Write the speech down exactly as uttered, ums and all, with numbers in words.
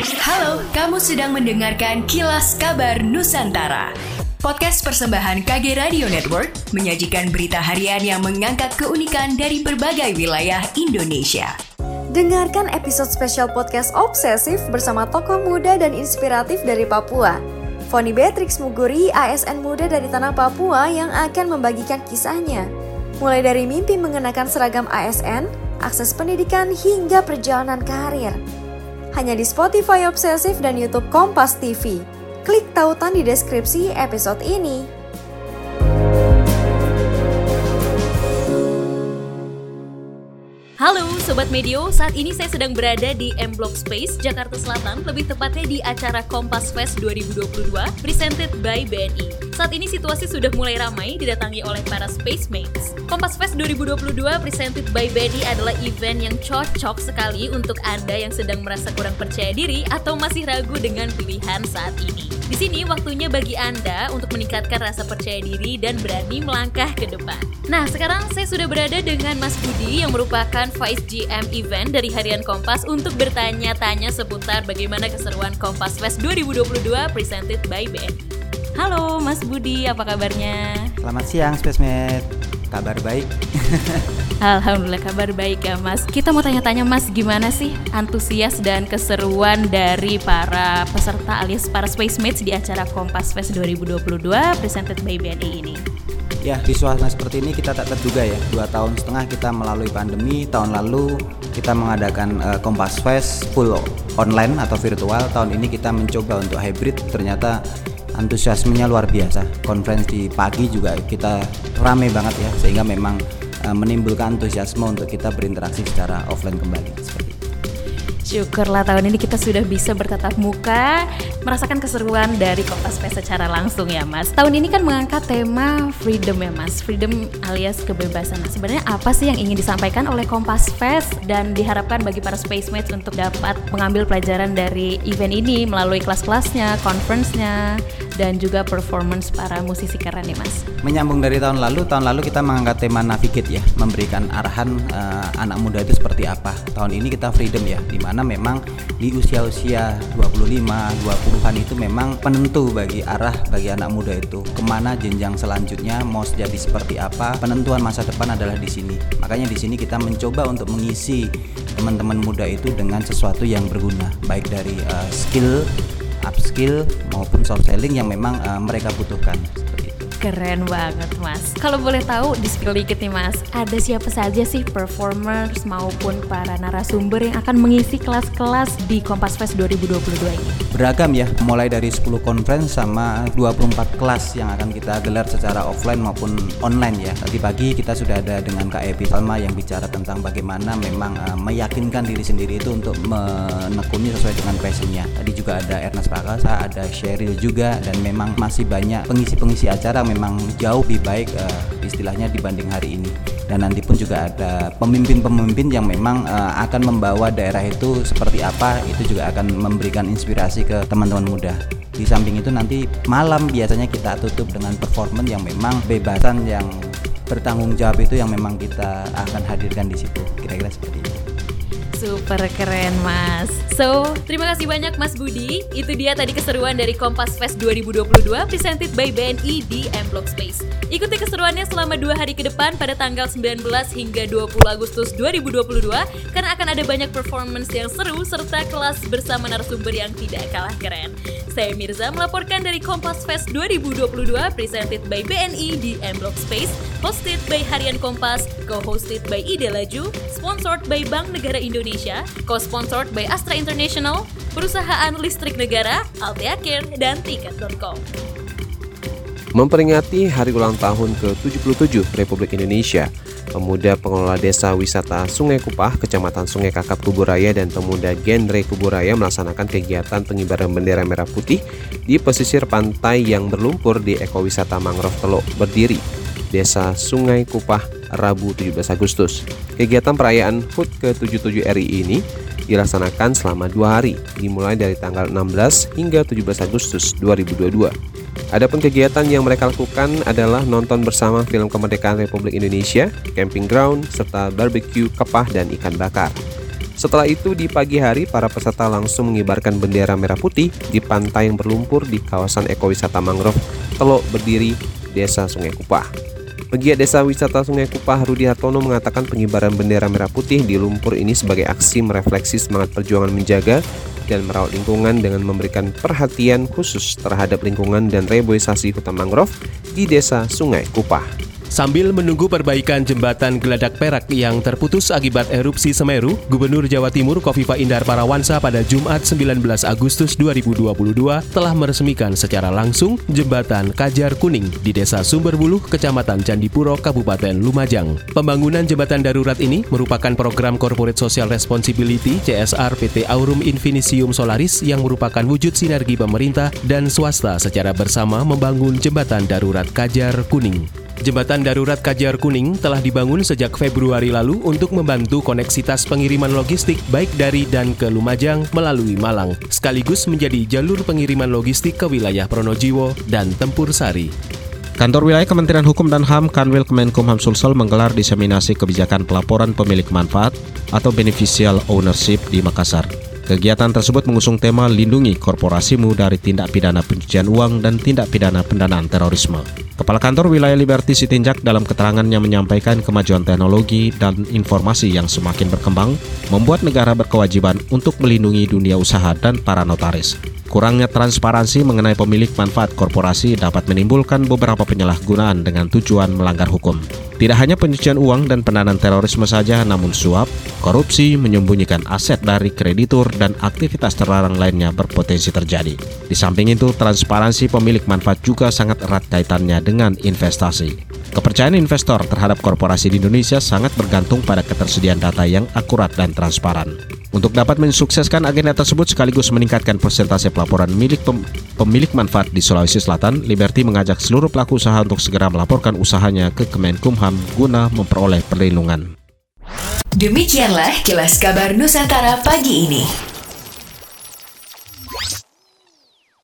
Halo, kamu sedang mendengarkan Kilas Kabar Nusantara. Podcast persembahan K G Radio Network menyajikan berita harian yang mengangkat keunikan dari berbagai wilayah Indonesia. Dengarkan episode spesial podcast Obsesif bersama tokoh muda dan inspiratif dari Papua. Foni Beatrix Muguri, A S N muda dari tanah Papua yang akan membagikan kisahnya. Mulai dari mimpi mengenakan seragam A S N, akses pendidikan hingga perjalanan karir. Hanya di Spotify Obsesif dan YouTube Kompas T V. Klik tautan di deskripsi episode ini. Halo Sobat Medio, saat ini saya sedang berada di M Block Space, Jakarta Selatan, lebih tepatnya di acara Kompas Fest dua ribu dua puluh dua, presented by B N I. Saat ini situasi sudah mulai ramai, didatangi oleh para Space Mates. Kompas Fest dua ribu dua puluh dua, presented by B N I adalah event yang cocok sekali untuk Anda yang sedang merasa kurang percaya diri atau masih ragu dengan pilihan saat ini. Di sini waktunya bagi Anda untuk meningkatkan rasa percaya diri dan berani melangkah ke depan. Nah, sekarang saya sudah berada dengan Mas Budi yang merupakan Vice G M Event dari Harian Kompas untuk bertanya-tanya seputar bagaimana keseruan Kompas Fest dua ribu dua puluh dua presented by B N I. Halo Mas Budi, apa kabarnya? Selamat siang Spacemate, kabar baik. Alhamdulillah kabar baik ya Mas. Kita mau tanya-tanya Mas, gimana sih antusias dan keseruan dari para peserta alias para Spacemates di acara Kompas Fest dua ribu dua puluh dua presented by B N I ini? Ya, di suasana seperti ini kita tak terduga ya. Dua tahun setengah kita melalui pandemi. Tahun lalu kita mengadakan uh, Kompas Fest full online atau virtual. Tahun ini kita mencoba untuk hybrid. Ternyata antusiasmenya luar biasa. Konferensi pagi juga kita rame banget ya, sehingga memang uh, menimbulkan antusiasme untuk kita berinteraksi secara offline kembali seperti itu. Syukurlah tahun ini kita sudah bisa bertatap muka, merasakan keseruan dari Kompas Fest secara langsung ya Mas. Tahun ini kan mengangkat tema freedom ya Mas, freedom alias kebebasan. Nah, sebenarnya apa sih yang ingin disampaikan oleh Kompas Fest dan diharapkan bagi para Spacemates untuk dapat mengambil pelajaran dari event ini melalui kelas-kelasnya, conference-nya, dan juga performance para musisi keren nih Mas. Menyambung dari tahun lalu, tahun lalu kita mengangkat tema navigate ya, memberikan arahan uh, anak muda itu seperti apa. Tahun ini kita freedom ya, di mana memang di usia-usia dua puluh lima, dua puluhan itu memang penentu bagi arah bagi anak muda itu. Kemana jenjang selanjutnya, mau jadi seperti apa, penentuan masa depan adalah di sini. Makanya di sini kita mencoba untuk mengisi teman-teman muda itu dengan sesuatu yang berguna, baik dari uh, skill, upskill maupun soft selling yang memang uh, mereka butuhkan. Seperti itu. Keren banget Mas. Kalau boleh tahu di spill dikit nih Mas, ada siapa saja sih performers maupun para narasumber yang akan mengisi kelas-kelas di Kompas Fest dua ribu dua puluh dua ini? Beragam ya, mulai dari sepuluh conference sama dua puluh empat kelas yang akan kita gelar secara offline maupun online ya. Tadi pagi kita sudah ada dengan Kak Epi Salma yang bicara tentang bagaimana memang uh, meyakinkan diri sendiri itu untuk menekuni sesuai dengan passionnya. Tadi juga ada Ernest Prakasa, ada Sheryl juga, dan memang masih banyak pengisi-pengisi acara memang jauh lebih baik uh, istilahnya dibanding hari ini. Dan nanti pun juga ada pemimpin-pemimpin yang memang uh, akan membawa daerah itu seperti apa, itu juga akan memberikan inspirasi ke teman-teman muda. Di samping itu nanti malam biasanya kita tutup dengan performance yang memang bebasan yang bertanggung jawab itu yang memang kita akan hadirkan di situ. Kira-kira seperti itu. Super keren Mas. So, terima kasih banyak Mas Budi. Itu dia tadi keseruan dari Kompas Fest dua ribu dua puluh dua presented by B N I di M Block Space. Ikuti keseruannya selama dua hari ke depan pada tanggal sembilan belas hingga dua puluh Agustus dua ribu dua puluh dua karena akan ada banyak performance yang seru serta kelas bersama narasumber yang tidak kalah keren. Saya Mirza melaporkan dari Kompas Fest dua ribu dua puluh dua presented by B N I di M Block Space, hosted by Harian Kompas, co-hosted by Ide Laju, sponsored by Bank Negara Indonesia, co-sponsored by Astra International, Perusahaan Listrik Negara, Altea Care, dan Tiket dot com. Memperingati hari ulang tahun ke tujuh puluh tujuh Republik Indonesia, pemuda pengelola desa wisata Sungai Kupah, Kecamatan Sungai Kakap Kuburaya dan pemuda genre Kuburaya melaksanakan kegiatan pengibaran bendera merah putih di pesisir pantai yang berlumpur di ekowisata Mangrove Teluk Berdiri, Desa Sungai Kupah, Rabu tujuh belas Agustus. Kegiatan perayaan H U T ke tujuh puluh tujuh R I ini dilaksanakan selama dua hari, dimulai dari tanggal enam belas hingga tujuh belas Agustus dua ribu dua puluh dua. Adapun kegiatan yang mereka lakukan adalah nonton bersama film kemerdekaan Republik Indonesia, camping ground, serta barbecue kepah dan ikan bakar. Setelah itu di pagi hari para peserta langsung mengibarkan bendera merah putih di pantai yang berlumpur di kawasan ekowisata mangrove Teluk Berdiri, Desa Sungai Kupah. Pegiat Desa Wisata Sungai Kupah Rudi Hartono mengatakan pengibaran bendera merah putih di lumpur ini sebagai aksi merefleksi semangat perjuangan menjaga dan merawat lingkungan dengan memberikan perhatian khusus terhadap lingkungan dan reboisasi hutan mangrove di Desa Sungai Kupah. Sambil menunggu perbaikan jembatan Geladak Perak yang terputus akibat erupsi Semeru, Gubernur Jawa Timur Kofifa Indar Parawansa pada Jumat sembilan belas Agustus dua ribu dua puluh dua telah meresmikan secara langsung jembatan Kajar Kuning di Desa Sumberbuluh, Kecamatan Candipuro, Kabupaten Lumajang. Pembangunan jembatan darurat ini merupakan program Corporate Social Responsibility C S R P T Aurum Infinisium Solaris yang merupakan wujud sinergi pemerintah dan swasta secara bersama membangun jembatan darurat Kajar Kuning. Jembatan darurat Kajar Kuning telah dibangun sejak Februari lalu untuk membantu koneksitas pengiriman logistik baik dari dan ke Lumajang melalui Malang, sekaligus menjadi jalur pengiriman logistik ke wilayah Pronojiwo dan Tempur Sari. Kantor Wilayah Kementerian Hukum dan H A M Kanwil Kemenkumham Sulsel menggelar diseminasi kebijakan pelaporan pemilik manfaat atau beneficial ownership di Makassar. Kegiatan tersebut mengusung tema Lindungi Korporasimu dari Tindak Pidana Pencucian Uang dan Tindak Pidana Pendanaan Terorisme. Kepala Kantor Wilayah Liberty Sitinjak dalam keterangannya menyampaikan kemajuan teknologi dan informasi yang semakin berkembang membuat negara berkewajiban untuk melindungi dunia usaha dan para notaris. Kurangnya transparansi mengenai pemilik manfaat korporasi dapat menimbulkan beberapa penyalahgunaan dengan tujuan melanggar hukum. Tidak hanya pencucian uang dan pendanaan terorisme saja, namun suap, korupsi, menyembunyikan aset dari kreditur, dan aktivitas terlarang lainnya berpotensi terjadi. Di samping itu, transparansi pemilik manfaat juga sangat erat kaitannya dengan investasi. Kepercayaan investor terhadap korporasi di Indonesia sangat bergantung pada ketersediaan data yang akurat dan transparan. Untuk dapat mensukseskan agenda tersebut sekaligus meningkatkan persentase pelaporan milik pem- pemilik manfaat di Sulawesi Selatan, Liberty mengajak seluruh pelaku usaha untuk segera melaporkan usahanya ke Kemenkumham guna memperoleh perlindungan. Demikianlah Kilas Kabar Nusantara pagi ini.